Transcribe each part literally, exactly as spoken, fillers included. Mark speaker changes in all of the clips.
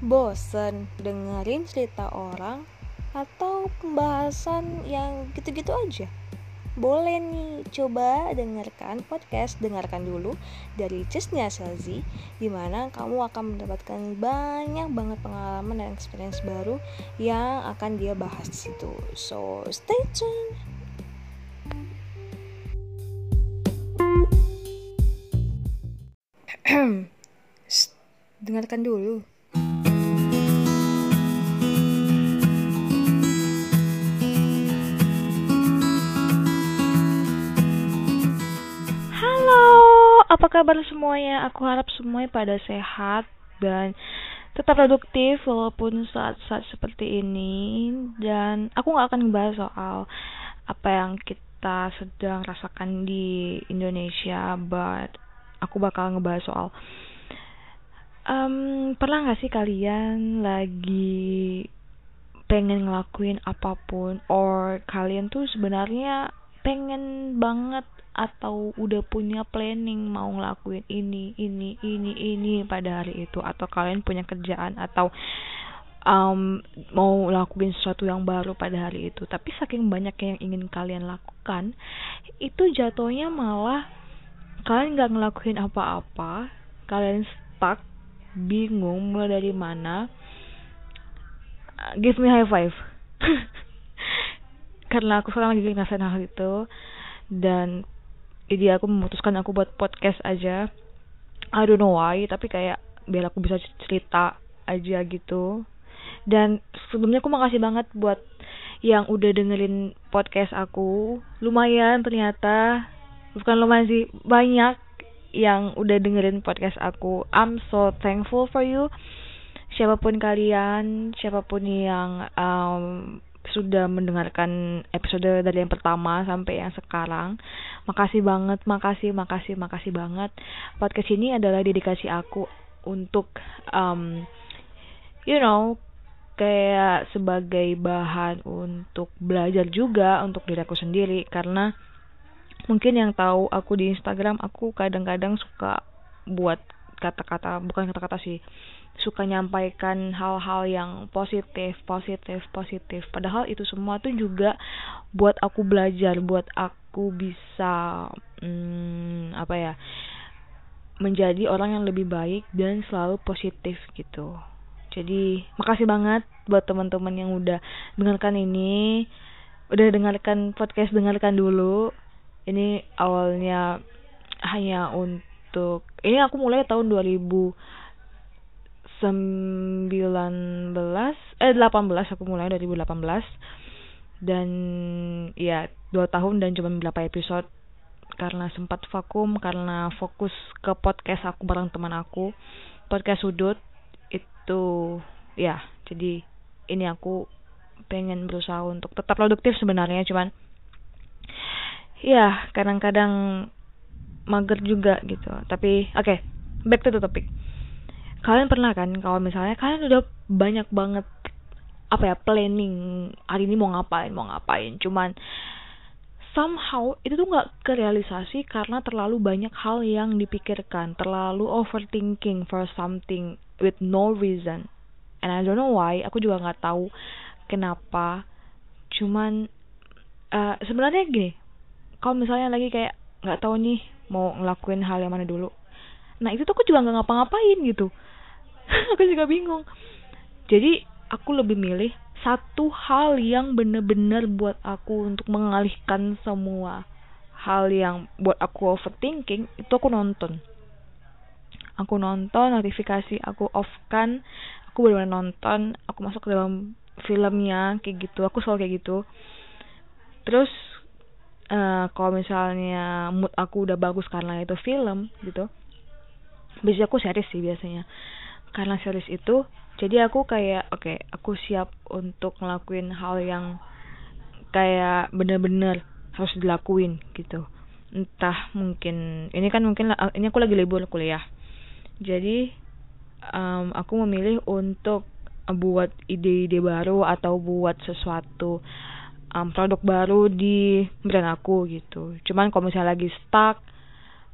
Speaker 1: Bosen dengerin cerita orang atau pembahasan yang gitu-gitu aja? Boleh nih, coba dengarkan podcast Dengarkan Dulu dari Cisnya Selzi, dimana kamu akan mendapatkan banyak banget pengalaman dan experience baru yang akan dia bahas di situ. So, stay tune. Dengarkan dulu. Apa kabar semuanya? Aku harap semuanya pada sehat dan tetap produktif walaupun saat-saat seperti ini. Dan aku gak akan ngebahas soal apa yang kita sedang rasakan di Indonesia, but aku bakal ngebahas soal um, pernah gak sih kalian lagi pengen ngelakuin apapun, or kalian tuh sebenarnya pengen banget atau udah punya planning mau ngelakuin ini, ini, ini, ini pada hari itu, atau kalian punya kerjaan atau um, mau ngelakuin sesuatu yang baru pada hari itu, tapi saking banyak yang ingin kalian lakukan, itu jatuhnya malah kalian gak ngelakuin apa-apa, kalian stuck, bingung mulai dari mana. Give me high five. Karena aku sekarang lagi ngerasain hal itu, dan jadi aku memutuskan aku buat podcast aja. I don't know why, tapi kayak biar aku bisa cerita aja gitu. Dan sebelumnya aku makasih banget buat yang udah dengerin podcast aku. Lumayan ternyata, bukan lumayan sih, banyak yang udah dengerin podcast aku. I'm so thankful for you. Siapapun kalian, siapapun yang um, sudah mendengarkan episode dari yang pertama sampai yang sekarang, makasih banget, makasih, makasih, makasih banget. Podcast ini adalah dedikasi aku untuk, um, you know, kayak sebagai bahan untuk belajar juga untuk diri aku sendiri. Karena mungkin yang tahu aku di Instagram, aku kadang-kadang suka buat kata-kata, bukan kata-kata sih, suka nyampaikan hal-hal yang positif, positif, positif. Padahal itu semua tuh juga buat aku belajar, buat aku bisa hmm, apa ya, menjadi orang yang lebih baik dan selalu positif gitu. Jadi makasih banget buat teman-teman yang udah dengarkan ini, udah dengarkan podcast Dengarkan Dulu. Ini awalnya hanya untuk, ini aku mulai tahun dua ribu sembilan belas eh delapan belas aku mulai dua ribu delapan belas, dan ya dua tahun dan cuma berapa episode karena sempat vakum karena fokus ke podcast aku bareng teman aku, podcast Sudut itu ya. Jadi ini aku pengen berusaha untuk tetap produktif sebenarnya, cuman ya kadang-kadang mager juga gitu. Tapi oke, okay, back to the topic. Kalian pernah kan kalau misalnya kalian udah banyak banget apa ya, planning hari ini mau ngapain mau ngapain, cuman somehow itu tuh nggak kerealisasi karena terlalu banyak hal yang dipikirkan, terlalu overthinking for something with no reason, and I don't know why. Aku juga nggak tahu kenapa. Cuman uh, sebenarnya gini, kalau misalnya lagi kayak nggak tahu nih mau ngelakuin hal yang mana dulu, nah itu tuh aku juga nggak ngapa-ngapain gitu. Aku juga bingung. Jadi aku lebih milih satu hal yang bener-bener buat aku untuk mengalihkan semua hal yang buat aku overthinking. Itu aku nonton. Aku nonton, notifikasi aku off kan. Aku bener-bener nonton. Aku masuk ke dalam filmnya kayak gitu. Aku selalu kayak gitu. Terus uh, kalau misalnya mood aku udah bagus karena itu film gitu, biasanya aku series sih biasanya. Karena series itu, jadi aku kayak oke, okay, aku siap untuk ngelakuin hal yang kayak bener-bener harus dilakuin gitu. Entah mungkin ini kan mungkin ini aku lagi libur kuliah, jadi um, aku memilih untuk buat ide-ide baru atau buat sesuatu um, produk baru di brand aku gitu. Cuman kalau misalnya lagi stuck, aku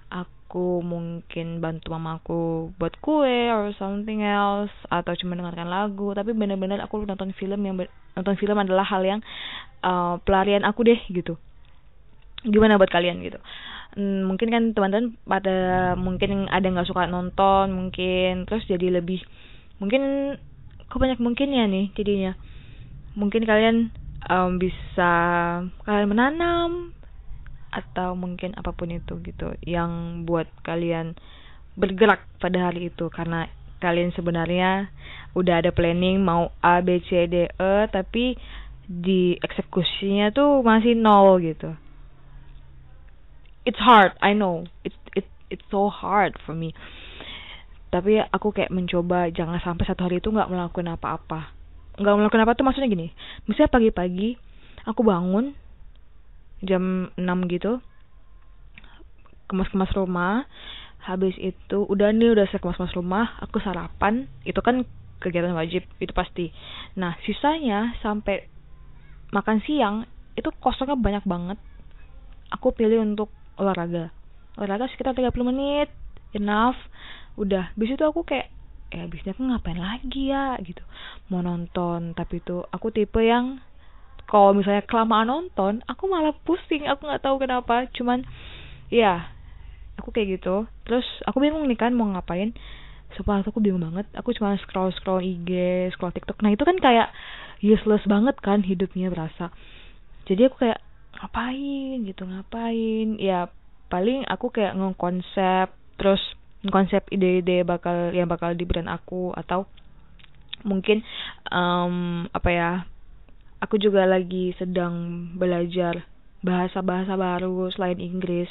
Speaker 1: aku mungkin bantu mamaku buat kue or something else, atau cuma dengarkan lagu, tapi benar-benar aku nonton film yang ber- nonton film adalah hal yang uh, pelarian aku deh gitu. Gimana buat kalian gitu? Hmm, mungkin kan teman-teman pada mungkin ada nggak suka nonton, mungkin terus jadi lebih mungkin kok banyak mungkin ya nih jadinya. Mungkin kalian um, bisa kalian menanam atau mungkin apapun itu gitu yang buat kalian bergerak pada hari itu, karena kalian sebenarnya udah ada planning mau A B C D E, tapi di eksekusinya tuh masih nol gitu. It's hard, I know, it it it's so hard for me, tapi aku kayak mencoba jangan sampai satu hari itu nggak melakukan apa-apa. Nggak melakukan apa tuh maksudnya gini, misalnya pagi-pagi aku bangun jam enam gitu, kemas-kemas rumah, habis itu udah nih udah saya kemas-kemas rumah, aku sarapan, itu kan kegiatan wajib, itu pasti. Nah sisanya sampai makan siang itu kosongnya banyak banget, aku pilih untuk olahraga olahraga sekitar tiga puluh menit, enough. Udah, habis itu aku kayak ya habisnya aku ngapain lagi ya gitu, mau nonton, tapi itu aku tipe yang kalau misalnya kelamaan nonton, aku malah pusing, aku nggak tahu kenapa. Cuman, ya, aku kayak gitu. Terus aku bingung nih kan mau ngapain. Setelah aku bingung banget. Aku cuma scroll scroll I G, scroll TikTok. Nah itu kan kayak useless banget kan hidupnya berasa. Jadi aku kayak ngapain gitu, ngapain? Ya paling aku kayak ngekonsep, terus ngekonsep ide-ide bakal yang bakal diberikan aku, atau mungkin um, apa ya? Aku juga lagi sedang belajar bahasa-bahasa baru selain Inggris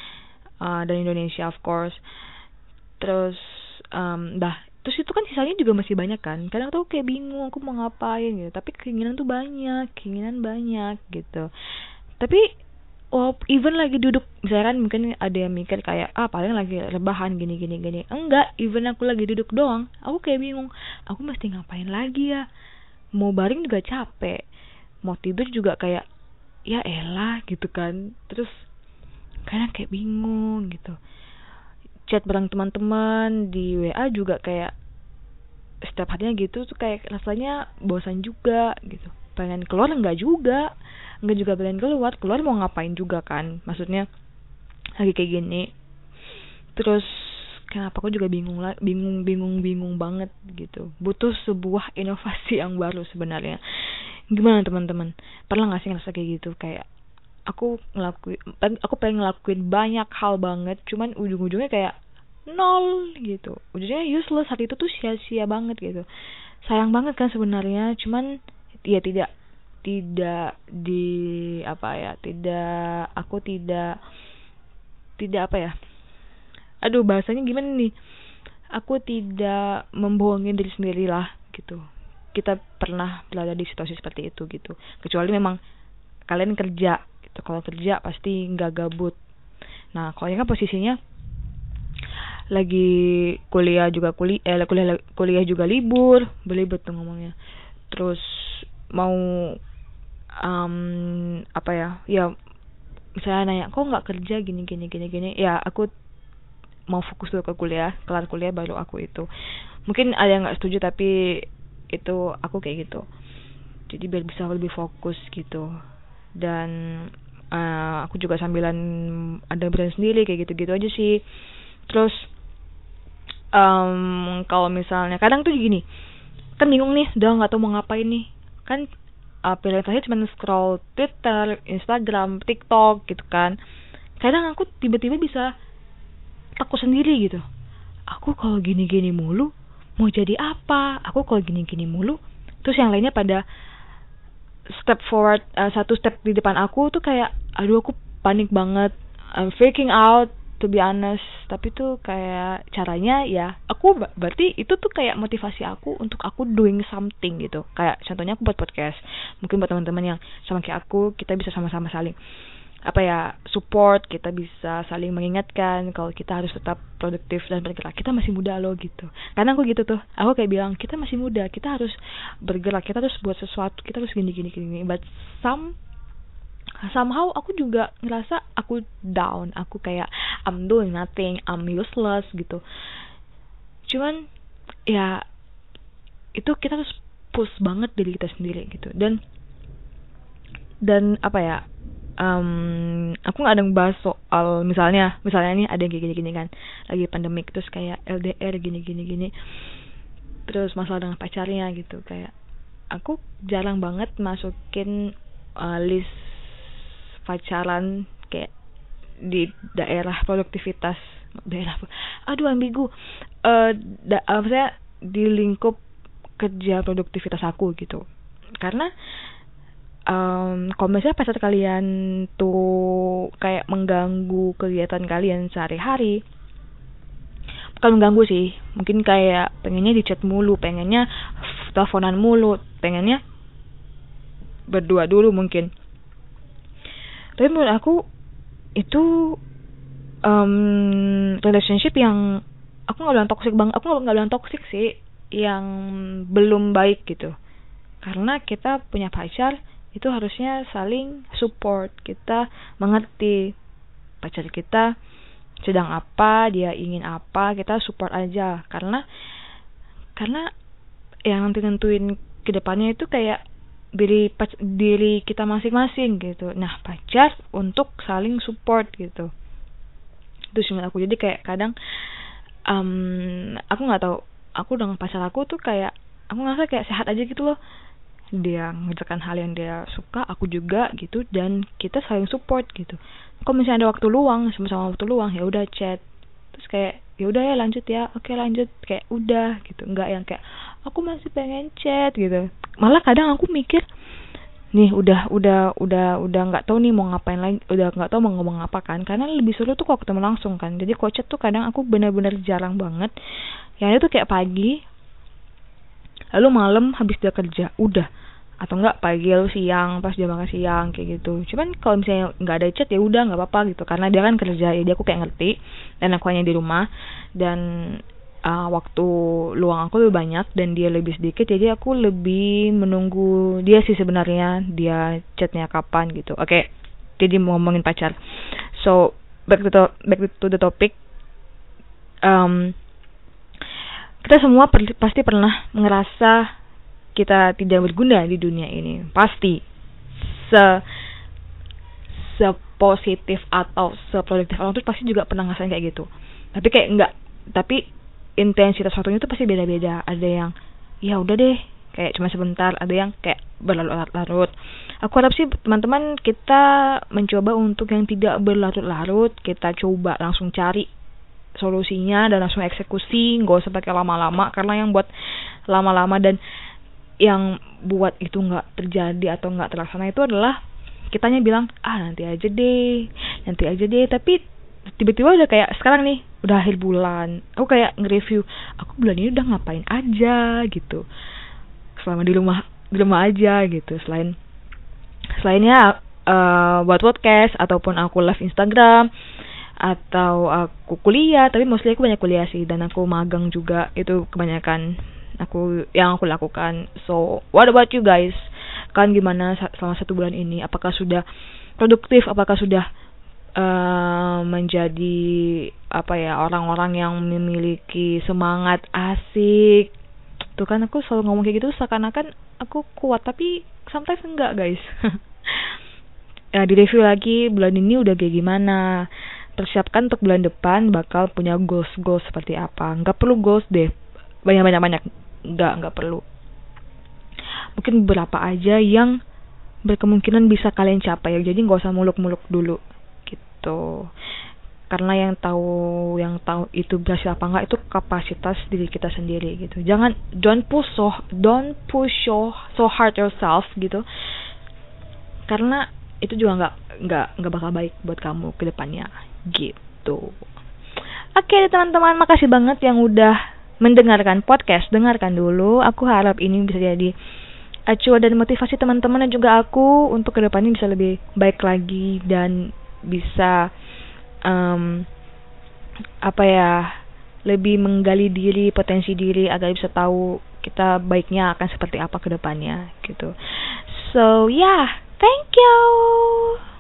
Speaker 1: uh, dan Indonesia of course. Terus um, dah, terus itu kan sisanya juga masih banyak kan. Kadang tuh kayak bingung aku mau ngapain gitu. Tapi keinginan tuh banyak, keinginan banyak gitu. Tapi oh, even lagi duduk, misalkan mungkin ada yang mikir kayak ah paling lagi rebahan gini gini gini. Enggak, even aku lagi duduk doang, aku kayak bingung. Aku mesti ngapain lagi ya? Mau baring juga capek, mau tidur juga kayak ya elah gitu kan. Terus kadang kayak bingung gitu, chat bareng teman-teman di W A juga kayak setiap harinya gitu tuh kayak rasanya bosan juga gitu, pengen keluar enggak juga enggak juga pengen keluar keluar mau ngapain juga kan, maksudnya lagi kayak gini. Terus kenapa aku juga bingung lah, bingung bingung bingung banget gitu, butuh sebuah inovasi yang baru sebenarnya. Gimana teman-teman, pernah nggak sih ngerasa kayak gitu, kayak aku ngelakuin aku pengen ngelakuin banyak hal banget, cuman ujung-ujungnya kayak nol gitu, ujungnya useless, hari itu tuh sia-sia banget gitu. Sayang banget kan sebenarnya, cuman ya tidak tidak di apa ya tidak aku tidak tidak apa ya aduh bahasanya gimana nih, aku tidak membohongi diri sendiri lah gitu. Kita pernah berada di situasi seperti itu gitu, kecuali memang kalian kerja gitu. Kalau kerja pasti nggak gabut. Nah kalau ini kan posisinya lagi kuliah juga kuliah eh, kuliah kuliah juga libur, belibet tuh ngomongnya. Terus mau um, apa ya ya misalnya nanya kok nggak kerja gini gini gini gini, ya aku mau fokus dulu ke kuliah, kelar kuliah baru aku itu. Mungkin ada yang nggak setuju, tapi itu aku kayak gitu, jadi biar bisa lebih fokus gitu. Dan uh, aku juga sambilan ada brand sendiri kayak gitu-gitu aja sih. Terus um, kalau misalnya kadang tuh gini kan, bingung nih udah nggak tahu mau ngapain nih kan, uh, pilihan terakhir cuma scroll Twitter, Instagram, TikTok gitu kan. Kadang aku tiba-tiba bisa takut sendiri gitu, aku kalau gini-gini mulu mau jadi apa, aku kalau gini-gini mulu. Terus yang lainnya pada step forward, uh, satu step di depan aku tuh kayak aduh aku panik banget, I'm freaking out to be honest. Tapi tuh kayak caranya ya aku ber- berarti itu tuh kayak motivasi aku untuk aku doing something gitu. Kayak contohnya aku buat podcast, mungkin buat teman-teman yang sama kayak aku, kita bisa sama-sama saling apa ya support, kita bisa saling mengingatkan kalau kita harus tetap produktif dan bergerak, kita masih muda loh gitu. Karena aku gitu tuh, aku kayak bilang kita masih muda, kita harus bergerak, kita harus buat sesuatu, kita harus gini gini gini. But some somehow aku juga ngerasa aku down, aku kayak I'm doing nothing, I'm useless gitu. Cuman ya itu kita harus push banget diri kita sendiri gitu. Dan dan apa ya, um, aku nggak ada ngebahas soal misalnya misalnya nih ada yang kayak gini-gini kan, lagi pandemik terus kayak L D R gini-gini gini, terus masalah dengan pacarnya gitu. Kayak aku jarang banget masukin uh, list pacaran kayak di daerah produktivitas, daerah aduh ambigu uh, da, uh, saya di lingkup kerja produktivitas aku gitu. Karena Um, kalau misalnya pacar kalian tuh kayak mengganggu kegiatan kalian sehari-hari, bukan mengganggu sih, mungkin kayak pengennya di chat mulu, pengennya teleponan mulu, pengennya berdua dulu mungkin. Tapi menurut aku itu um, relationship yang aku nggak bilang toxic bang, aku nggak bilang toxic sih, yang belum baik gitu. Karena kita punya pacar itu harusnya saling support, kita mengerti pacar kita sedang apa, dia ingin apa, kita support aja. Karena karena yang nanti nentuin kedepannya itu kayak diri diri kita masing-masing gitu. Nah pacar untuk saling support gitu. Itu sih menurut aku. Jadi kayak kadang um, aku nggak tahu, aku dengan pacar aku tuh kayak aku ngerasa kayak sehat aja gitu loh. Dia mengerjakan hal yang dia suka, aku juga gitu, dan kita saling support gitu. Kalau misalnya ada waktu luang, sama-sama waktu luang, ya udah chat. Terus kayak ya udah ya lanjut ya, oke lanjut, kayak udah gitu. Enggak yang kayak aku masih pengen chat gitu. Malah kadang aku mikir nih udah udah udah udah nggak tahu nih mau ngapain lagi, udah nggak tahu mau ngomong apa kan. Karena lebih seru tuh kalau ketemu langsung kan. Jadi kalau chat tuh kadang aku benar-benar jarang banget. Yang itu kayak pagi, lalu malam habis dia kerja, udah. Atau enggak pagi lalu siang pas dia makan siang kayak gitu. Cuman kalau misalnya nggak ada chat ya udah nggak apa-apa gitu, karena dia kan kerja, ya dia aku kayak ngerti, dan aku hanya di rumah, dan uh, waktu luang aku lebih banyak dan dia lebih sedikit, jadi aku lebih menunggu dia sih sebenarnya, dia chatnya kapan gitu. Oke, okay. Jadi mau ngomongin pacar, so back to, to back to the topic. um, kita semua per- pasti pernah ngerasa kita tidak berguna di dunia ini, pasti. Se sepositif atau seproduktif orang tuh pasti juga pernah ngerasain kayak gitu. Tapi kayak enggak, tapi intensitas waktunya tuh pasti beda-beda. Ada yang ya udah deh, kayak cuma sebentar, ada yang kayak berlarut-larut. Aku harap sih teman-teman kita mencoba untuk yang tidak berlarut-larut, kita coba langsung cari solusinya dan langsung eksekusi, nggak usah pakai lama-lama, karena yang buat lama-lama dan yang buat itu nggak terjadi atau nggak terlaksana itu adalah kitanya bilang ah nanti aja deh, nanti aja deh. Tapi tiba-tiba udah kayak sekarang nih, udah akhir bulan, aku kayak nge-review aku bulan ini udah ngapain aja gitu, selama di rumah di rumah aja gitu. Selain selainnya uh, buat podcast ataupun aku live Instagram atau aku kuliah, tapi mostly aku banyak kuliah sih, dan aku magang juga, itu kebanyakan aku yang aku lakukan. So what about you guys? Kan gimana selama satu bulan ini? Apakah sudah produktif? Apakah sudah uh, menjadi apa ya, orang-orang yang memiliki semangat asik? Tuh kan aku selalu ngomong kayak gitu seakan-akan aku kuat, tapi sometimes enggak guys. Ya, di review lagi bulan ini udah kayak gimana, persiapkan untuk bulan depan bakal punya goals-goals seperti apa. Nggak perlu goals deh banyak-banyak-banyak, nggak nggak perlu. Mungkin beberapa aja yang berkemungkinan bisa kalian capai, jadi nggak usah muluk-muluk dulu gitu. Karena yang tahu yang tahu itu berhasil apa enggak itu kapasitas diri kita sendiri gitu. Jangan don't push so don't push so, so hard yourself gitu. Karena itu juga nggak nggak nggak bakal baik buat kamu ke depannya gitu. Oke teman-teman, makasih banget yang udah mendengarkan podcast. Dengarkan dulu. Aku harap ini bisa jadi acuan dan motivasi teman-teman dan juga aku untuk ke depannya bisa lebih baik lagi dan bisa um, apa ya, lebih menggali diri, potensi diri agar bisa tahu kita baiknya akan seperti apa ke depannya gitu. So yeah, Thank you.